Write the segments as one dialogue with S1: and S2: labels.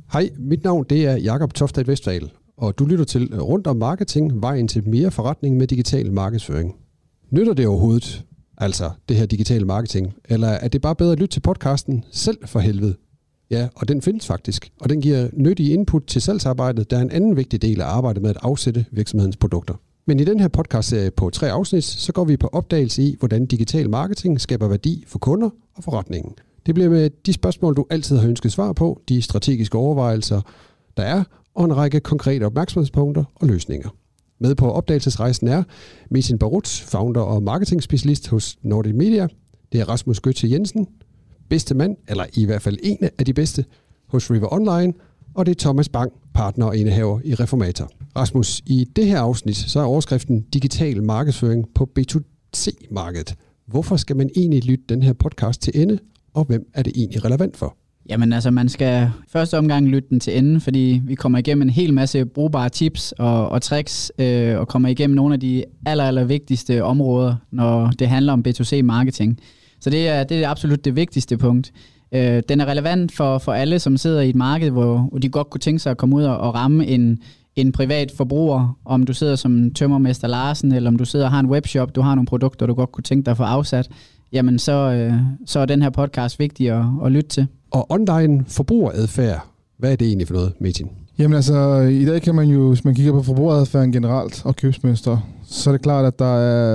S1: Hej, mit navn det er Jakob Toftad Vestdal, og du lytter til Rundt om Marketing, vejen til mere forretning med digital markedsføring. Nytter det overhovedet, altså det her digitale marketing, eller er det bare bedre at lytte til podcasten selv for helvede? Ja, og den findes faktisk, og den giver nyttige input til salgsarbejdet, der er en anden vigtig del af arbejdet med at afsætte virksomhedens produkter. Men i den her podcastserie på 3 afsnit, så går vi på opdagelse i, hvordan digital marketing skaber værdi for kunder og forretningen. Det bliver med de spørgsmål, du altid har ønsket svar på, de strategiske overvejelser, der er, og en række konkrete opmærksomhedspunkter og løsninger. Med på opdagelsesrejsen er Metin Barutz, founder og marketingspecialist hos Nordic Media. Det er Rasmus Gøtze Jensen, bedste mand, eller i hvert fald en af de bedste, hos River Online. Og det er Thomas Bang, partner og indehaver i Reformator. Rasmus, i det her afsnit, så er overskriften digital markedsføring på B2C-markedet. Hvorfor skal man egentlig lytte den her podcast til ende, og hvem er det egentlig relevant for?
S2: Jamen altså, man skal første omgang lytte den til ende, fordi vi kommer igennem en hel masse brugbare tips og tricks, og kommer igennem nogle af de aller vigtigste områder, når det handler om B2C-marketing. Så det er absolut det vigtigste punkt. Den er relevant for alle, som sidder i et marked, hvor de godt kunne tænke sig at komme ud og ramme en privat forbruger, om du sidder som tømmermester Larsen, eller om du sidder og har en webshop, du har nogle produkter, du godt kunne tænke dig at få afsat, jamen så er den her podcast vigtig at lytte til.
S1: Og online forbrugeradfærd, hvad er det egentlig for noget, Metin?
S3: Jamen altså, i dag kan man jo, hvis man kigger på forbrugeradfærden generelt og købsmønstre, så er det klart, at der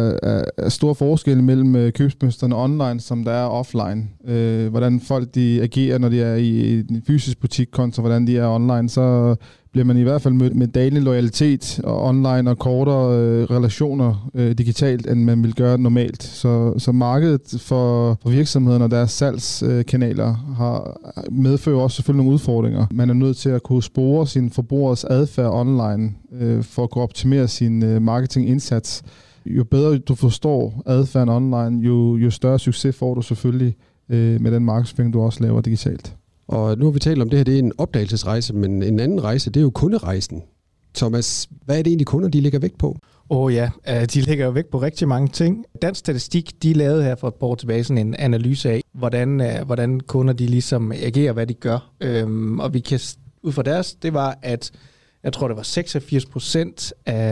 S3: er stor forskel mellem købsmønstrene online, som der er offline. Hvordan folk de agerer, når de er i en fysisk butik, kontra hvordan de er online, så bliver man i hvert fald mødt med dalende loyalitet og online og kortere relationer digitalt, end man vil gøre normalt. Så markedet for virksomhederne og deres salgskanaler medfører også selvfølgelig nogle udfordringer. Man er nødt til at kunne spore sin forbrugers adfærd online for at kunne optimere sin marketingindsats. Jo bedre du forstår adfærden online, jo større succes får du selvfølgelig med den markedsføring, du også laver digitalt.
S1: Og nu har vi talt om det her, det er en opdagelsesrejse, men en anden rejse, det er jo kunderejsen. Thomas, hvad er det egentlig kunder, de lægger vægt på?
S4: De lægger vægt på rigtig mange ting. Dansk Statistik, de lavede her for et par år tilbage sådan en analyse af, hvordan kunder de ligesom agerer, hvad de gør. Og vi kan ud fra deres, det var, at jeg tror, det var 86%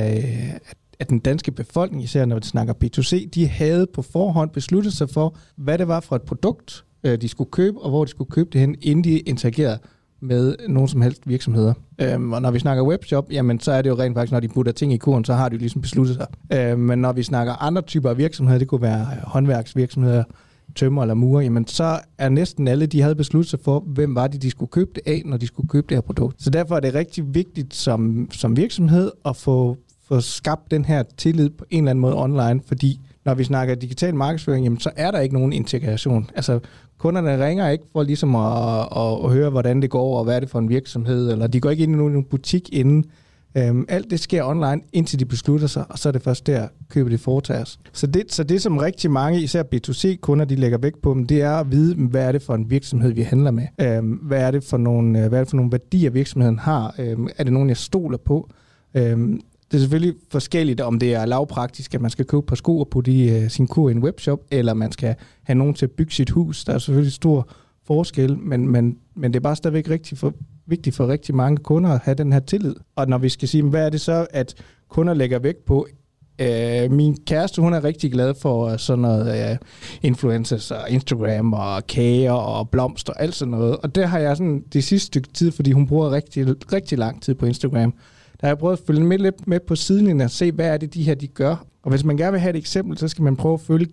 S4: af den danske befolkning, især når vi snakker B2C, de havde på forhånd besluttet sig for, hvad det var for et produkt, de skulle købe, og hvor de skulle købe det hen, inden de interagerede med nogen som helst virksomheder. Og når vi snakker webshop, jamen så er det jo rent faktisk, når de putter ting i kurven, så har de jo ligesom besluttet sig. Men når vi snakker andre typer af virksomheder, det kunne være håndværksvirksomheder, tømmer eller murer, jamen så er næsten alle, de havde besluttet sig for, hvem var det, de skulle købe det af, når de skulle købe det her produkt. Så derfor er det rigtig vigtigt som virksomhed at få skabt den her tillid på en eller anden måde online, fordi når vi snakker digital markedsføring, jamen, så er der ikke nogen integration. Altså, kunderne ringer ikke for ligesom at høre, hvordan det går, og hvad er det for en virksomhed, eller de går ikke ind i nogen butik inden. Alt det sker online, indtil de beslutter sig, og så er det først der, købet det foretages. Så det, som rigtig mange, især B2C-kunder, de lægger vægt på, det er at vide, hvad er det for en virksomhed, vi handler med. Hvad er det for nogle værdier, virksomheden har? Er det nogen, jeg stoler på? Det er selvfølgelig forskelligt, om det er lavpraktisk, at man skal købe et par sko og putte sin kur i en webshop, eller man skal have nogen til at bygge sit hus. Der er selvfølgelig stor forskel, men det er bare stadigvæk vigtigt for rigtig mange kunder at have den her tillid. Og når vi skal sige, hvad er det så, at kunder lægger vægt på? Min kæreste, hun er rigtig glad for sådan noget influencers og Instagram og kager og blomster og alt sådan noget. Og det har jeg sådan det sidste stykke tid, fordi hun bruger rigtig, rigtig lang tid på Instagram. Der har jeg prøvet at følge lidt med på sidelinjen og se, hvad er det, de her de gør. Og hvis man gerne vil have et eksempel, så skal man prøve at følge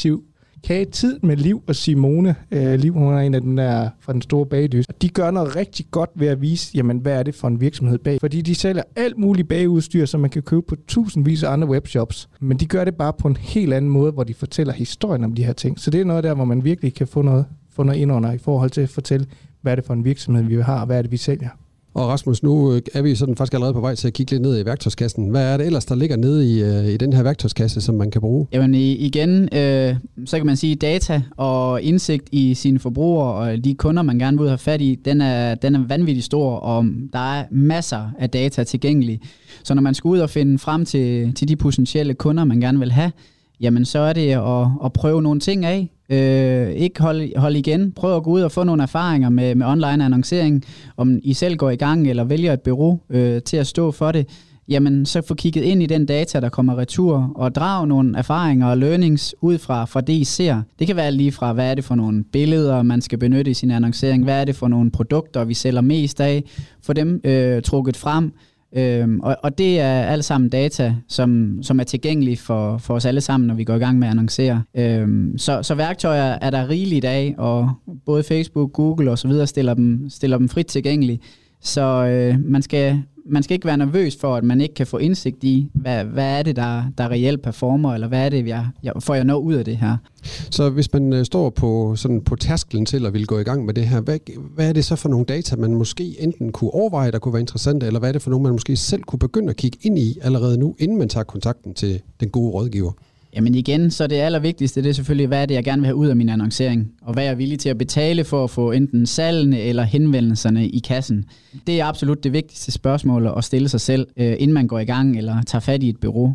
S4: Kagetid med Liv og Simone. Liv, hun er en af dem der fra den store bagdys. Og de gør noget rigtig godt ved at vise, jamen, hvad er det for en virksomhed bag. Fordi de sælger alt muligt bagudstyr, som man kan købe på tusindvis af andre webshops. Men de gør det bare på en helt anden måde, hvor de fortæller historien om de her ting. Så det er noget der, hvor man virkelig kan få noget indunder i forhold til at fortælle, hvad er det for en virksomhed, vi har, og hvad er det, vi sælger.
S1: Og Rasmus, nu er vi sådan faktisk allerede på vej til at kigge lidt ned i værktøjskassen. Hvad er det ellers, der ligger nede i den her værktøjskasse, som man kan bruge?
S2: Jamen igen, så kan man sige, data og indsigt i sine forbrugere og de kunder, man gerne vil have fat i, den er vanvittigt stor, og der er masser af data tilgængelige. Så når man skal ud og finde frem til de potentielle kunder, man gerne vil have, jamen så er det at prøve nogle ting af. Ikke holde igen. Prøv at gå ud og få nogle erfaringer med online annoncering. Om I selv går i gang eller vælger et bureau til at stå for det, jamen så få kigget ind i den data, der kommer retur, og drage nogle erfaringer og learnings ud fra det, I ser. Det kan være lige fra, hvad er det for nogle billeder, man skal benytte i sin annoncering, hvad er det for nogle produkter, vi sælger mest af, få dem trukket frem. Og det er alt sammen data, som er tilgængelige for os alle sammen, når vi går i gang med at annoncere. Så værktøjer er der rigeligt af, og både Facebook, Google og så videre stiller dem frit tilgængelige. Så man skal ikke være nervøs for, at man ikke kan få indsigt i, hvad er det, der reelt performer, eller hvad er det, jeg når ud af det her.
S1: Så hvis man står på tærsklen til at ville gå i gang med det her, hvad er det så for nogle data, man måske enten kunne overveje, der kunne være interessante, eller hvad er det for nogle, man måske selv kunne begynde at kigge ind i allerede nu, inden man tager kontakten til den gode rådgiver?
S2: Jamen igen, så det allervigtigste, det er selvfølgelig, hvad er det, jeg gerne vil have ud af min annoncering, og hvad jeg er villig til at betale for at få enten salgene eller henvendelserne i kassen. Det er absolut det vigtigste spørgsmål at stille sig selv, inden man går i gang eller tager fat i et bureau.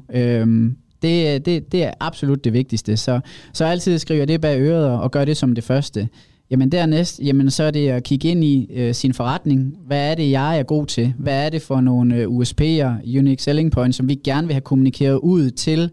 S2: Det er absolut det vigtigste, så altid skriver det bag øret og gør det som det første. Jamen dernæst, så er det at kigge ind i sin forretning. Hvad er det, jeg er god til? Hvad er det for nogle USP'er, Unique Selling Points, som vi gerne vil have kommunikeret ud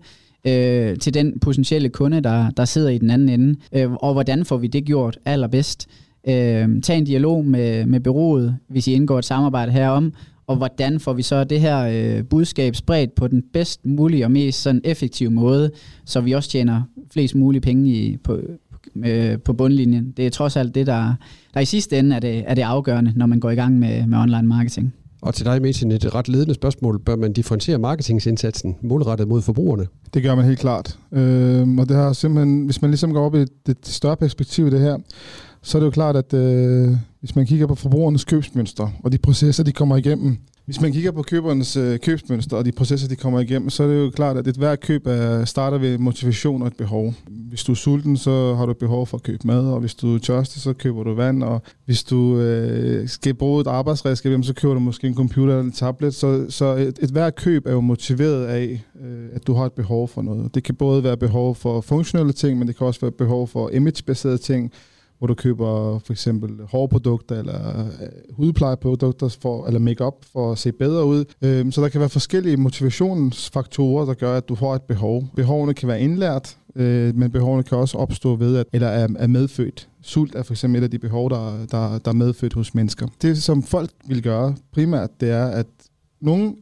S2: til den potentielle kunde, der sidder i den anden ende, og hvordan får vi det gjort allerbedst. Tag en dialog med bureauet, hvis I indgår et samarbejde herom, og hvordan får vi så det her budskab spredt på den bedst mulige og mest sådan effektive måde, så vi også tjener flest mulige penge på bundlinjen. Det er trods alt det, der i sidste ende er det afgørende, når man går i gang med online marketing.
S1: Og til dig, Martin, et ret ledende spørgsmål. Bør man differentiere marketingindsatsen målrettet mod forbrugerne?
S3: Det gør man helt klart. Og det har simpelthen, hvis man ligesom går op i et større perspektiv i det her, så er det jo klart, at hvis man kigger på forbrugernes købsmønster og de processer, de kommer igennem, hvis man kigger på købernes købsmønster og de processer, de kommer igennem, så er det jo klart, at et hvert køb starter ved motivation og et behov. Hvis du er sulten, så har du behov for at købe mad, og hvis du er tørstig, så køber du vand, og hvis du skal bruge et arbejdsredskab, så køber du måske en computer eller en tablet. Så et hvert køb er jo motiveret af, at du har et behov for noget. Det kan både være behov for funktionelle ting, men det kan også være behov for imagebaserede ting, hvor du køber for eksempel hårprodukter eller hudplejeprodukter eller make-up for at se bedre ud. Så der kan være forskellige motivationsfaktorer, der gør, at du har et behov. Behovene kan være indlært, men behovene kan også opstå ved, eller er medfødt. Sult er for eksempel et af de behov, der er medfødt hos mennesker. Det, som folk vil gøre primært, det er, at nogle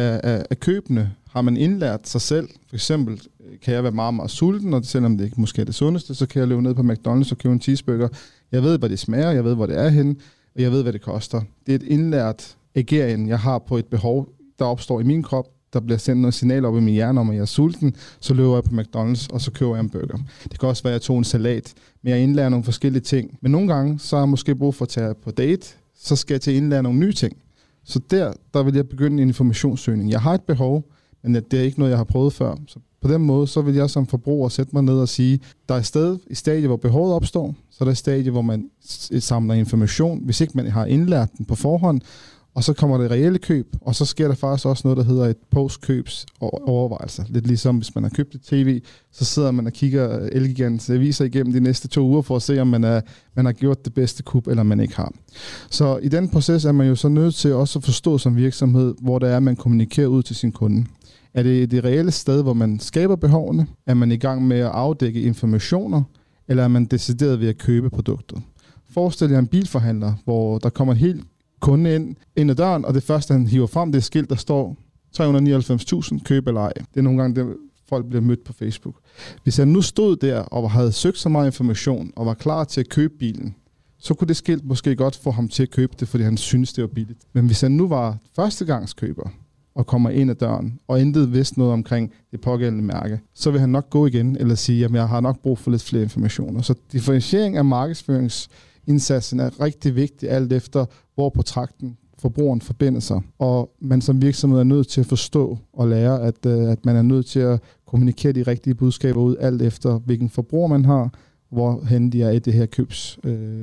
S3: af købene har man indlært sig selv. For eksempel kan jeg være meget, meget sulten, og selvom det ikke måske er det sundeste, så kan jeg løbe ned på McDonald's og købe en cheeseburger. Jeg ved, hvad det smager, jeg ved, hvor det er henne, og jeg ved, hvad det koster. Det er et indlært ageren, jeg har på et behov, der opstår i min krop. Der bliver sendt noget signal op i min hjerne om, at jeg er sulten, så løber jeg på McDonald's, og så køber jeg en burger. Det kan også være, at jeg tog en salat, men jeg indlærer nogle forskellige ting. Men nogle gange, så har jeg måske brug for at tage på date, så skal jeg til at indlære nogle nye ting. Så der vil jeg begynde en informationssøgning. Jeg har et behov, men det er ikke noget, jeg har prøvet før. Så på den måde, så vil jeg som forbruger sætte mig ned og sige, der er et sted i stadiet, hvor behovet opstår, så er der et stadie, hvor man samler information, hvis ikke man har indlært den på forhånd, og så kommer det reelle køb, og så sker der faktisk også noget, der hedder et postkøbs overvejelser. Lidt ligesom hvis man har købt et tv, så sidder man og kigger Elgigantens aviser igennem de næste 2 uger, for at se, om man har gjort det bedste kup, eller man ikke har. Så i den proces er man jo så nødt til også at forstå som virksomhed, hvor det er, man kommunikerer ud til sin kunde. Er det det reelle sted, hvor man skaber behovene? Er man i gang med at afdække informationer? Eller er man decideret ved at købe produktet? Forestil jer en bilforhandler, hvor der kommer en helt kunde ind ad døren, og det første, han hiver frem, det er skilt, der står 399.000, køb eller ej. Det er nogle gange, det folk bliver mødt på Facebook. Hvis han nu stod der og havde søgt så meget information, og var klar til at købe bilen, så kunne det skilt måske godt få ham til at købe det, fordi han synes det var billigt. Men hvis han nu var førstegangskøber, og kommer ind ad døren, og intet vidste noget omkring det pågældende mærke, så vil han nok gå igen, eller sige, at jeg har nok brug for lidt flere informationer. Så differentiering af markedsføringsindsatsen er rigtig vigtig, alt efter hvor på trakten forbrugeren forbinder sig. Og man som virksomhed er nødt til at forstå og lære, at man er nødt til at kommunikere de rigtige budskaber ud, alt efter hvilken forbruger man har, hvorhen de er i det her købs,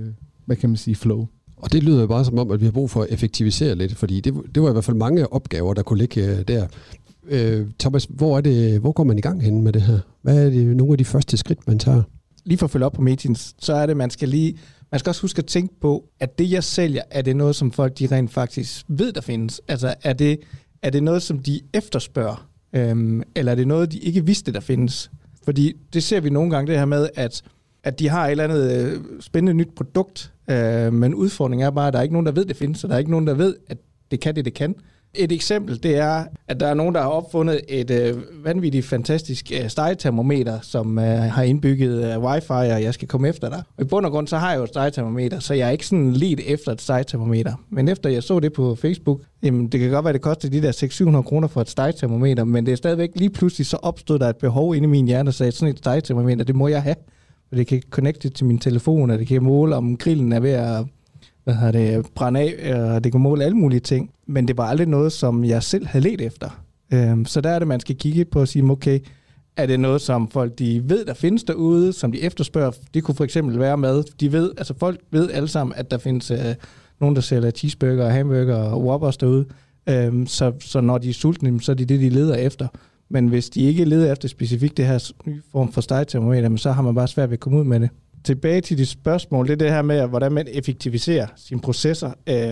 S3: flow.
S1: Og det lyder jo bare som om, at vi har brug for at effektivisere lidt, fordi det var i hvert fald mange opgaver, der kunne ligge der. Thomas, hvor går man i gang henne med det her? Hvad er det nogle af de første skridt, man tager?
S4: Lige for at følge op på meetings, så er det, man skal også huske at tænke på, at det, jeg sælger, er det noget, som folk de rent faktisk ved, der findes? Altså, er det noget, som de efterspørger? Eller er det noget, de ikke vidste, der findes? Fordi det ser vi nogle gange, det her med, at de har et eller andet spændende nyt produkt, men udfordringen er bare, at der er ikke nogen, der ved, det findes, så der er ikke nogen, der ved, at det kan det kan. Et eksempel, det er, at der er nogen, der har opfundet et vanvittigt fantastisk stegetermometer, som har indbygget wifi, og jeg skal komme efter dig. Og i bund og grund, så har jeg jo et stegetermometer, så jeg er ikke sådan lidt efter et stegetermometer. Men efter jeg så det på Facebook, jamen det kan godt være, det koster de der 600-700 kroner for et stegetermometer, men det er stadigvæk lige pludselig, så opstod der et behov inde i min hjerne, og sagde, sådan et stegetermometer, det må jeg have. Og det kan connecte til min telefon, og det kan måle, om grillen er ved at brænde af, og det kan måle alle mulige ting. Men det var aldrig noget, som jeg selv havde let efter. Så der er det, man skal kigge på og sige, okay, er det noget, som folk de ved, der findes derude, som de efterspørger? Det kunne for eksempel være mad. Folk ved alle sammen, at der findes nogen, der sælger cheeseburger, hamburger og Whoppers derude. Så når de er sultne, så er det det, de leder efter. Men hvis de ikke leder efter specifikt det her nye form for stegetermometer, så har man bare svært ved at komme ud med det. Tilbage til de spørgsmål, det er det her med, hvordan man effektiviserer sine processer.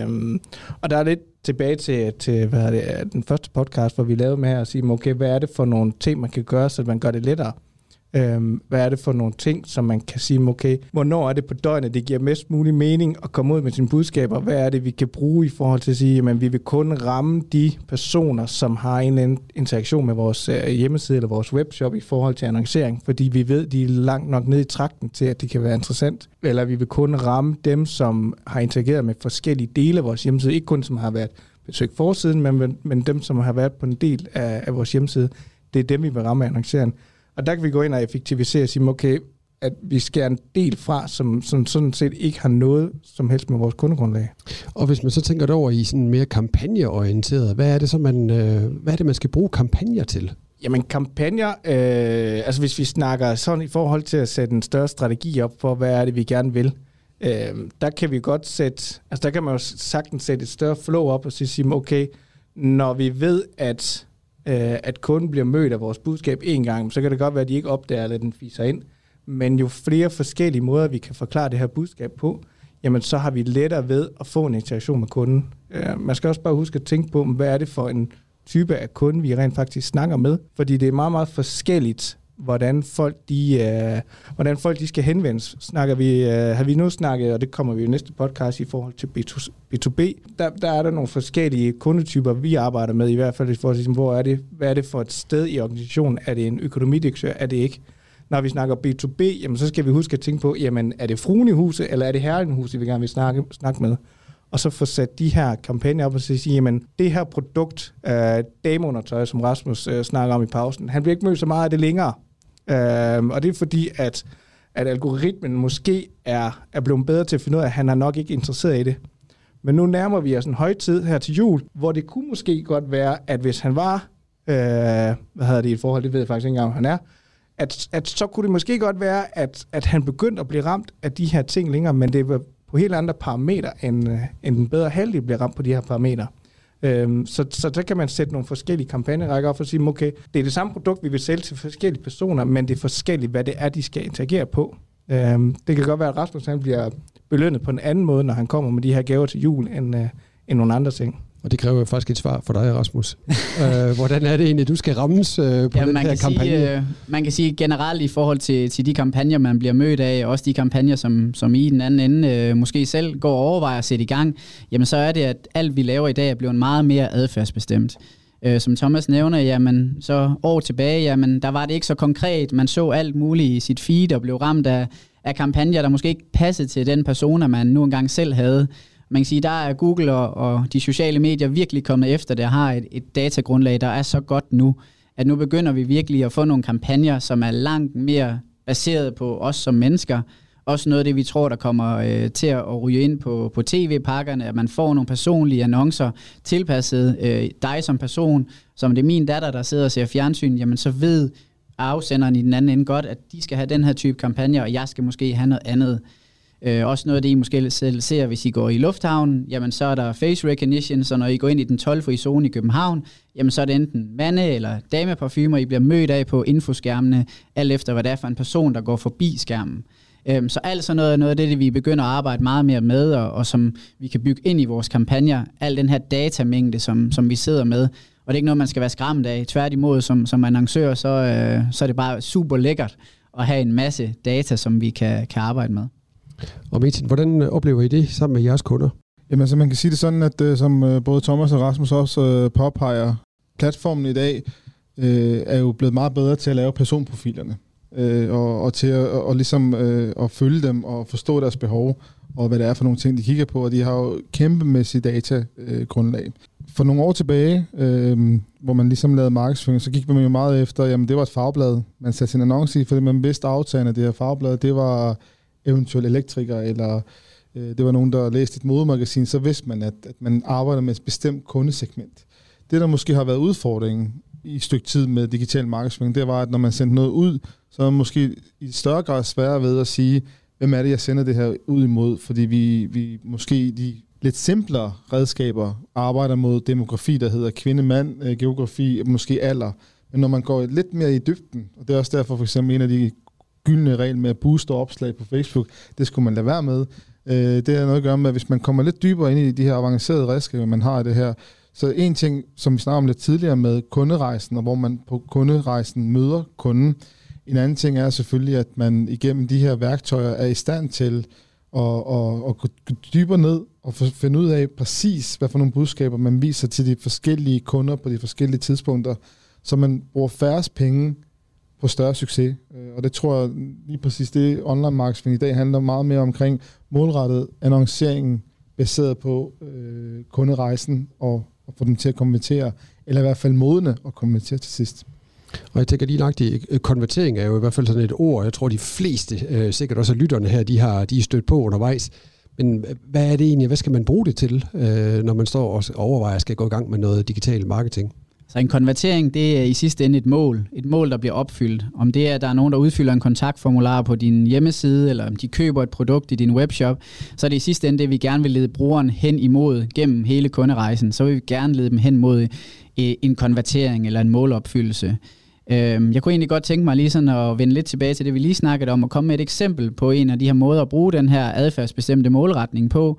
S4: Og der er lidt tilbage til den første podcast, hvor vi lavede med her at sige, okay, hvad er det for nogle ting, man kan gøre, så man gør det lettere? Hvad er det for nogle ting, som man kan sige, okay, hvornår er det på døgnet, det giver mest mulig mening at komme ud med sine budskaber? Hvad er det, vi kan bruge i forhold til at sige, at vi vil kun ramme de personer, som har en interaktion med vores hjemmeside eller vores webshop i forhold til annoncering, fordi vi ved, de er langt nok ned i trakten til, at det kan være interessant. Eller vi vil kun ramme dem, som har interageret med forskellige dele af vores hjemmeside, ikke kun som har været besøgt forsiden, men dem, som har været på en del af vores hjemmeside. Det er dem, vi vil ramme af annoncering. Og der kan vi gå ind og effektivisere og sige, okay, at vi skærer en del fra, som sådan set ikke har noget som helst med vores kundegrundlag.
S1: Og hvis man så tænker det over i sådan mere kampagneorienteret, hvad er det så, man skal bruge kampagner til?
S4: Jamen kampagner, altså hvis vi snakker sådan i forhold til at sætte en større strategi op for, hvad er det, vi gerne vil, der kan vi godt sætte, altså der kan man jo sagtens sætte et større flow op og sige, okay, når vi ved, at kunden bliver mødt af vores budskab en gang, så kan det godt være, at de ikke opdager, at den fiser ind. Men jo flere forskellige måder, vi kan forklare det her budskab på, jamen så har vi lettere ved at få en interaktion med kunden. Man skal også bare huske at tænke på, hvad er det for en type af kunde, vi rent faktisk snakker med. Fordi det er meget, meget forskelligt, hvordan folk de skal henvendes. Har vi nu snakket, og det kommer vi i næste podcast i forhold til B2B, der er der nogle forskellige kundetyper, vi arbejder med, i hvert fald i forhold til, hvad er det for et sted i organisationen? Er det en økonomidirektør? Er det ikke? Når vi snakker B2B, jamen, så skal vi huske at tænke på, jamen, er det fruen i huset, eller er det herren i huset, vi gerne vil snakke med? Og så få sat de her kampagner op og sige, jamen, det her produkt, dameundertøj, som Rasmus snakker om i pausen, han bliver ikke mødt så meget af det længere. Og det er fordi, at algoritmen måske er blevet bedre til at finde ud af, at han er nok ikke interesseret i det. Men nu nærmer vi os en højtid her til jul, hvor det kunne måske godt være, at hvis han var, i et forhold, det ved jeg faktisk ikke engang, om han er, at så kunne det måske godt være, at han begyndte at blive ramt af de her ting længere, men det var på helt andre parametre, end den bedre halvdel bliver ramt på de her parametre. Så der kan man sætte nogle forskellige kampagnerækker op og sige, okay, det er det samme produkt, vi vil sælge til forskellige personer, men det er forskelligt, hvad det er, de skal interagere på. Det kan godt være, at Rasmus han bliver belønnet på en anden måde, når han kommer med de her gaver til jul, end nogle andre ting.
S1: Og det kræver jo faktisk et svar for dig, Rasmus. Hvordan er det egentlig, du skal rammes på den her kampagne?
S2: Man kan sige generelt i forhold til de kampagner, man bliver mødt af, også de kampagner, som I i den anden ende måske selv går og overvejer at sætte i gang, jamen så er det, at alt vi laver i dag er blevet meget mere adfærdsbestemt. Som Thomas nævner, jamen så år tilbage, jamen der var det ikke så konkret. Man så alt muligt i sit feed og blev ramt af kampagner, der måske ikke passede til den persona, man nu engang selv havde. Man kan sige, der er Google og de sociale medier virkelig kommet efter det, og har et datagrundlag, der er så godt nu, at nu begynder vi virkelig at få nogle kampagner, som er langt mere baseret på os som mennesker. Også noget af det, vi tror, der kommer til at ryge ind på tv-pakkerne, at man får nogle personlige annoncer tilpasset dig som person, som det er min datter, der sidder og ser fjernsyn, jamen så ved afsenderen i den anden ende godt, at de skal have den her type kampagner, og jeg skal måske have noget andet. Også noget af det, I måske selv ser, hvis I går i lufthavnen, jamen så er der face recognition, så når I går ind i den toldfri zone i København, jamen så er det enten mande- eller dameparfumer, I bliver mødt af på infoskærmene, alt efter hvad det er for en person, der går forbi skærmen. Så altså noget af det, vi begynder at arbejde meget mere med, og som vi kan bygge ind i vores kampagner, al den her datamængde, som vi sidder med. Og det er ikke noget, man skal være skræmt af. Tværtimod, som annoncør, så er det bare super lækkert at have en masse data, som vi kan arbejde med.
S1: Og Metin, hvordan oplever I det sammen med jeres kunder?
S3: Jamen, så man kan sige det sådan, at som både Thomas og Rasmus også påpeger, platformen i dag er jo blevet meget bedre til at lave personprofilerne. Og til at ligesom at følge dem og forstå deres behov, og hvad det er for nogle ting, de kigger på, og de har jo kæmpemæssige datagrundlag. For nogle år tilbage, hvor man ligesom lavede markedsføring, så gik man jo meget efter, jamen det var et farveblad, man satte sin annonce i, fordi man vidste aftagende af det her farveblad, det var eventuelt elektrikere, eller det var nogen, der læste et modemagasin, så vidste man, at man arbejder med et bestemt kundesegment. Det, der måske har været udfordringen i et stykke tid med digital markedsføring, det var, at når man sendte noget ud, så er man måske i større grad sværere ved at sige, hvem er det, jeg sender det her ud imod, fordi vi måske de lidt simplere redskaber arbejder mod demografi, der hedder kvinde-mand, geografi, måske alder. Men når man går lidt mere i dybden, og det er også derfor for eksempel en af de gyldne regler med at booste opslag på Facebook, det skulle man lade være med. Det har noget at gøre med, at hvis man kommer lidt dybere ind i de her avancerede redskaber, man har i det her, så en ting, som vi snakkede om lidt tidligere med kunderejsen, og hvor man på kunderejsen møder kunden. En anden ting er selvfølgelig, at man igennem de her værktøjer er i stand til at gå dybere ned og finde ud af præcis, hvad for nogle budskaber man viser til de forskellige kunder på de forskellige tidspunkter, så man bruger færrest penge på større succes. Og det tror jeg lige præcis, det online markedsføring i dag handler meget mere omkring målrettet annonceringen baseret på kunderejsen og få dem til at konvertere, eller i hvert fald modne og konvertere til sidst.
S1: Og jeg tænker lige nøjagtigt, konvertering er jo i hvert fald sådan et ord, jeg tror de fleste, sikkert også lytterne her, de er stødt på undervejs. Men hvad er det egentlig, hvad skal man bruge det til, når man står og overvejer, at skal gå i gang med noget digital marketing?
S2: Så en konvertering, det er i sidste ende et mål. Et mål, der bliver opfyldt. Om det er, at der er nogen, der udfylder en kontaktformular på din hjemmeside, eller om de køber et produkt i din webshop, så er det i sidste ende det, vi gerne vil lede brugeren hen imod gennem hele kunderejsen. Så vil vi gerne lede dem hen mod en konvertering eller en målopfyldelse. Jeg kunne egentlig godt tænke mig lige sådan at vende lidt tilbage til det, vi lige snakkede om, og komme med et eksempel på en af de her måder at bruge den her adfærdsbestemte målretning på.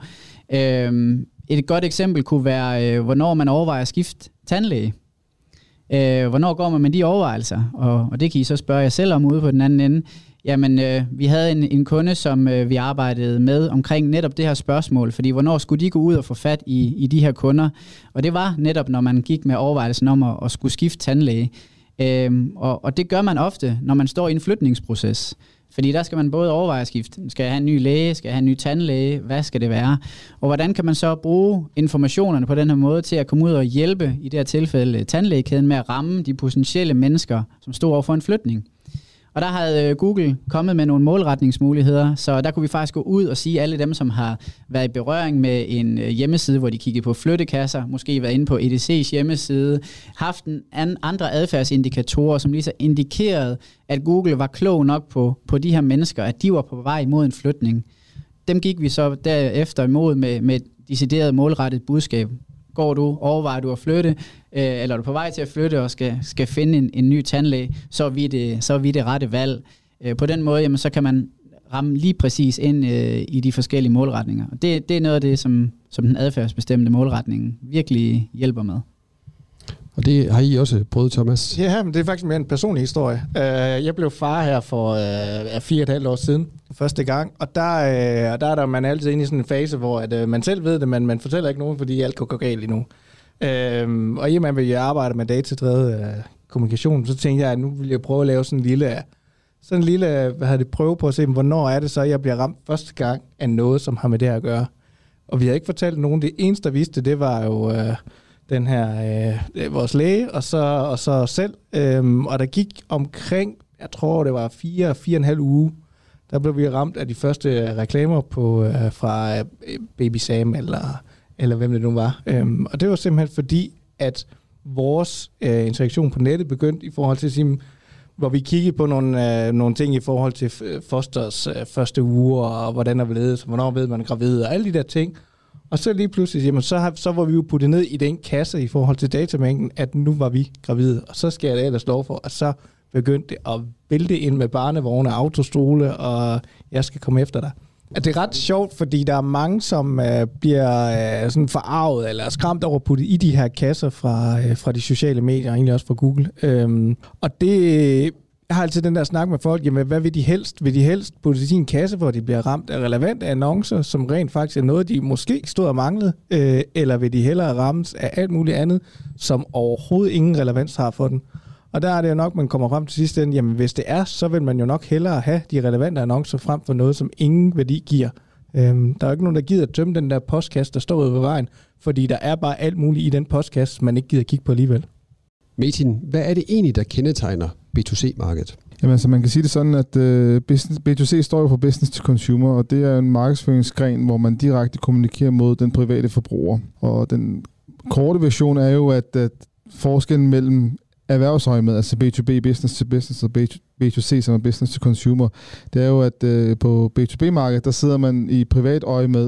S2: Et godt eksempel kunne være, hvornår man overvejer at skifte tandlæge. Hvornår går man med de overvejelser? Og det kan I så spørge jer selv om ude på den anden ende. Jamen, vi havde en kunde, som vi arbejdede med omkring netop det her spørgsmål, fordi hvornår skulle de gå ud og få fat i de her kunder? Og det var netop, når man gik med overvejelsen om at skulle skifte tandlæge. Og det gør man ofte, når man står i en flytningsproces. Fordi der skal man både overveje at skifte. Skal jeg have en ny læge? Skal jeg have en ny tandlæge? Hvad skal det være? Og hvordan kan man så bruge informationerne på den her måde til at komme ud og hjælpe, i det her tilfælde tandlægekæden, med at ramme de potentielle mennesker, som står over for en flytning? Og der havde Google kommet med nogle målretningsmuligheder, så der kunne vi faktisk gå ud og sige, alle dem, som har været i berøring med en hjemmeside, hvor de kiggede på flyttekasser, måske været inde på EDC's hjemmeside, haft andre adfærdsindikatorer, som lige så indikerede, at Google var klog nok på de her mennesker, at de var på vej imod en flytning. Dem gik vi så derefter imod med et decideret målrettet budskab. Overvejer du at flytte, eller er du på vej til at flytte og skal finde en ny tandlæge, så er vi det rette valg. På den måde, jamen, så kan man ramme lige præcis ind i de forskellige målretninger. Og det er noget af det, som den adfærdsbestemte målretning virkelig hjælper med. Og det har I også prøvet, Thomas?
S4: Ja, men det er faktisk mere en personlig historie. Jeg blev far her for 4,5 år siden, første gang, og der er man altid inde i sådan en fase, hvor at, man selv ved det, men man fortæller ikke nogen, fordi alt kan gå galt endnu. Og i og med, at jeg arbejder med datadrevet kommunikation, så tænkte jeg, at nu vil jeg prøve at lave sådan en lille prøve på at se, hvornår er det så, jeg bliver ramt første gang af noget, som har med det her at gøre. Og vi har ikke fortalt nogen. Det eneste, der vidste, det var jo den her, vores læge, og så os selv. Og der gik omkring, jeg tror det var 4,5 uge, der blev vi ramt af de første reklamer fra Baby Sam, eller hvem det nu var. Og det var simpelthen fordi, at vores interaktion på nettet begyndte i forhold til at sige, hvor vi kiggede på nogle ting i forhold til fosters første uger, og hvordan er blevet, hvornår ved man er gravid, og alle de der ting. Og så lige pludselig, jamen, så var vi jo puttet ned i den kasse i forhold til datamængden, at nu var vi gravide. Og så skal jeg da ellers lov for, at så begyndte det at vælte ind med barnevogne og autostole, og jeg skal komme efter dig. Det er ret sjovt, fordi der er mange, som bliver sådan forarvet eller skræmt over at putte i de her kasser fra de sociale medier, og egentlig også fra Google. Og det... Jeg har altid den der snak med folk, jamen hvad vil de helst? Vil de helst putte i sin kasse, hvor de bliver ramt af relevante annoncer, som rent faktisk er noget, de måske stod og manglede, eller vil de hellere rammes af alt muligt andet, som overhovedet ingen relevans har for den? Og der er det jo nok, man kommer frem til sidst ende, jamen hvis det er, så vil man jo nok hellere have de relevante annoncer frem for noget, som ingen værdi giver. Der er jo ikke nogen, der gider at tømme den der postkasse, der står ude ved vejen, fordi der er bare alt muligt i den postkasse, man ikke gider kigge på alligevel.
S1: Metin, hvad er det egentlig, der kendetegner B2C-markedet?
S3: Jamen, så man kan sige det sådan, at B2C står jo for business to consumer, og det er en markedsføringsgren, hvor man direkte kommunikerer mod den private forbruger. Og den korte version er jo, at forskellen mellem erhvervsøjemed, altså B2B, business to business, og B2C, som er business to consumer, det er jo, at på B2B-markedet, der sidder man i privat øjemed,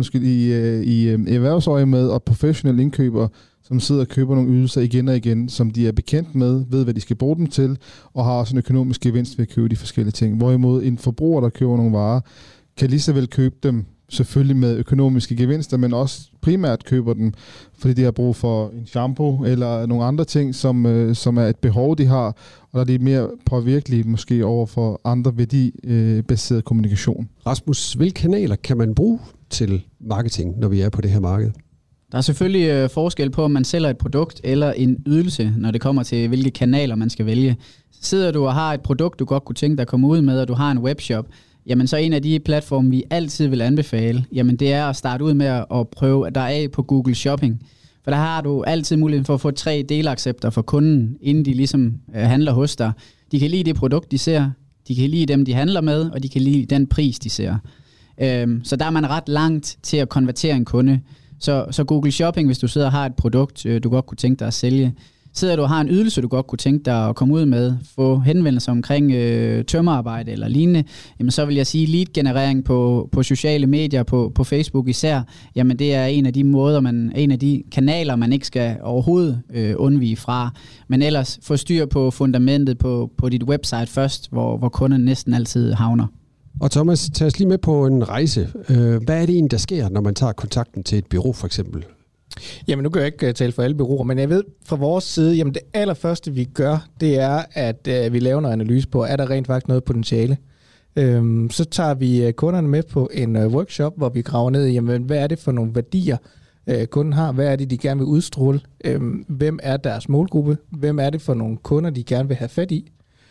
S3: i erhvervsøjemed og professionelle indkøber, som sidder og køber nogle ydelser igen og igen, som de er bekendt med, ved hvad de skal bruge dem til, og har også en økonomisk gevinst ved at købe de forskellige ting. Hvorimod en forbruger, der køber nogle varer, kan lige så vel købe dem selvfølgelig med økonomiske gevinster, men også primært køber dem, fordi de har brug for en shampoo eller nogle andre ting, som er et behov, de har, og der er de mere påvirkelige måske over for andre værdibaseret kommunikation.
S1: Rasmus, hvilke kanaler kan man bruge til marketing, når vi er på det her marked?
S2: Der er selvfølgelig forskel på, om man sælger et produkt eller en ydelse, når det kommer til, hvilke kanaler man skal vælge. Sidder du og har et produkt, du godt kunne tænke dig at komme ud med, og du har en webshop, jamen så en af de platforme, vi altid vil anbefale, jamen det er at starte ud med at prøve dig af på Google Shopping. For der har du altid muligheden for at få 3 delaccepter for kunden, inden de ligesom handler hos dig. De kan lide det produkt, de ser, de kan lide dem, de handler med, og de kan lide den pris, de ser. Så der er man ret langt til at konvertere en kunde. Så Google Shopping, hvis du sidder og har et produkt, du godt kunne tænke dig at sælge, sidder du og har en ydelse, du godt kunne tænke dig at komme ud med, få henvendelser omkring tømmerarbejde eller lignende, jamen så vil jeg sige lead-generering på sociale medier, på Facebook især, jamen det er en af de måder, en af de kanaler, man ikke skal overhovedet undvige fra, men ellers få styr på fundamentet på dit website først, hvor kunden næsten altid havner.
S1: Og Thomas, tag os lige med på en rejse. Hvad er det egentlig, der sker, når man tager kontakten til et bureau for eksempel?
S4: Jamen nu kan jeg ikke tale for alle bureauer, men jeg ved fra vores side, jamen det allerførste vi gør, det er, at vi laver noget analyse på, er der rent faktisk noget potentiale. Så tager vi kunderne med på en workshop, hvor vi graver ned i, jamen, hvad er det for nogle værdier, kunden har, hvad er det, de gerne vil udstråle, hvem er deres målgruppe, hvem er det for nogle kunder, de gerne vil have fat i.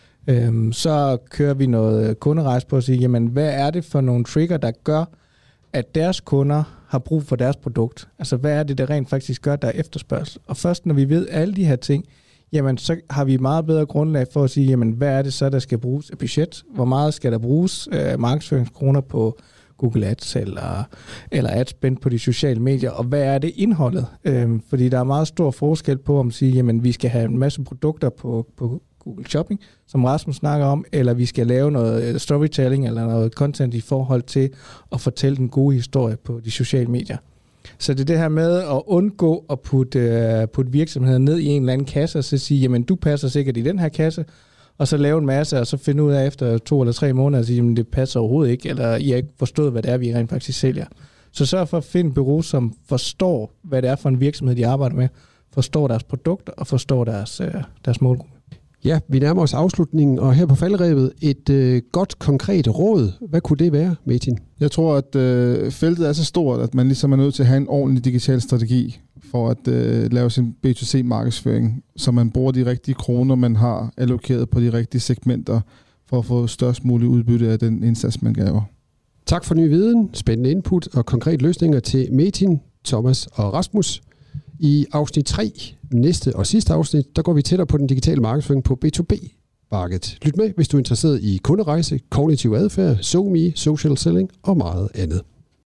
S4: Så kører vi noget kunderejse på at sige, jamen hvad er det for nogle trigger, der gør, at deres kunder har brug for deres produkt? Altså hvad er det, der rent faktisk gør, der er efterspørgsel? Og først når vi ved alle de her ting, jamen så har vi meget bedre grundlag for at sige, jamen hvad er det så, der skal bruges af budget? Hvor meget skal der bruges markedsføringskroner på Google Ads eller adspend på de sociale medier? Og hvad er det indholdet? Fordi der er meget stor forskel på, om at sige, jamen vi skal have en masse produkter på Google Shopping, som Rasmus snakker om, eller vi skal lave noget storytelling eller noget content i forhold til at fortælle den gode historie på de sociale medier. Så det er det her med at undgå at putte virksomheden ned i en eller anden kasse og så sige, jamen du passer sikkert i den her kasse, og så lave en masse, og så finde ud af efter 2 eller 3 måneder og sige, jamen det passer overhovedet ikke, eller I har ikke forstået, hvad det er, vi rent faktisk sælger. Så sørg for at finde et bureau, som forstår, hvad det er for en virksomhed, de arbejder med, forstår deres produkter og forstår deres målgruppe.
S1: Ja, vi nærmer os afslutningen, og her på falderebet et godt, konkret råd. Hvad kunne det være, Metin?
S3: Jeg tror, at feltet er så stort, at man ligesom er nødt til at have en ordentlig digital strategi for at lave sin B2C-markedsføring, så man bruger de rigtige kroner, man har allokeret på de rigtige segmenter, for at få størst mulig udbytte af den indsats, man laver.
S1: Tak for ny viden, spændende input og konkrete løsninger til Metin, Thomas og Rasmus. I afsnit 3, næste og sidste afsnit, der går vi tættere på den digitale markedsføring på B2B-markedet. Lyt med, hvis du er interesseret i kunderejse, kognitiv adfærd, SoMe, social selling og meget andet.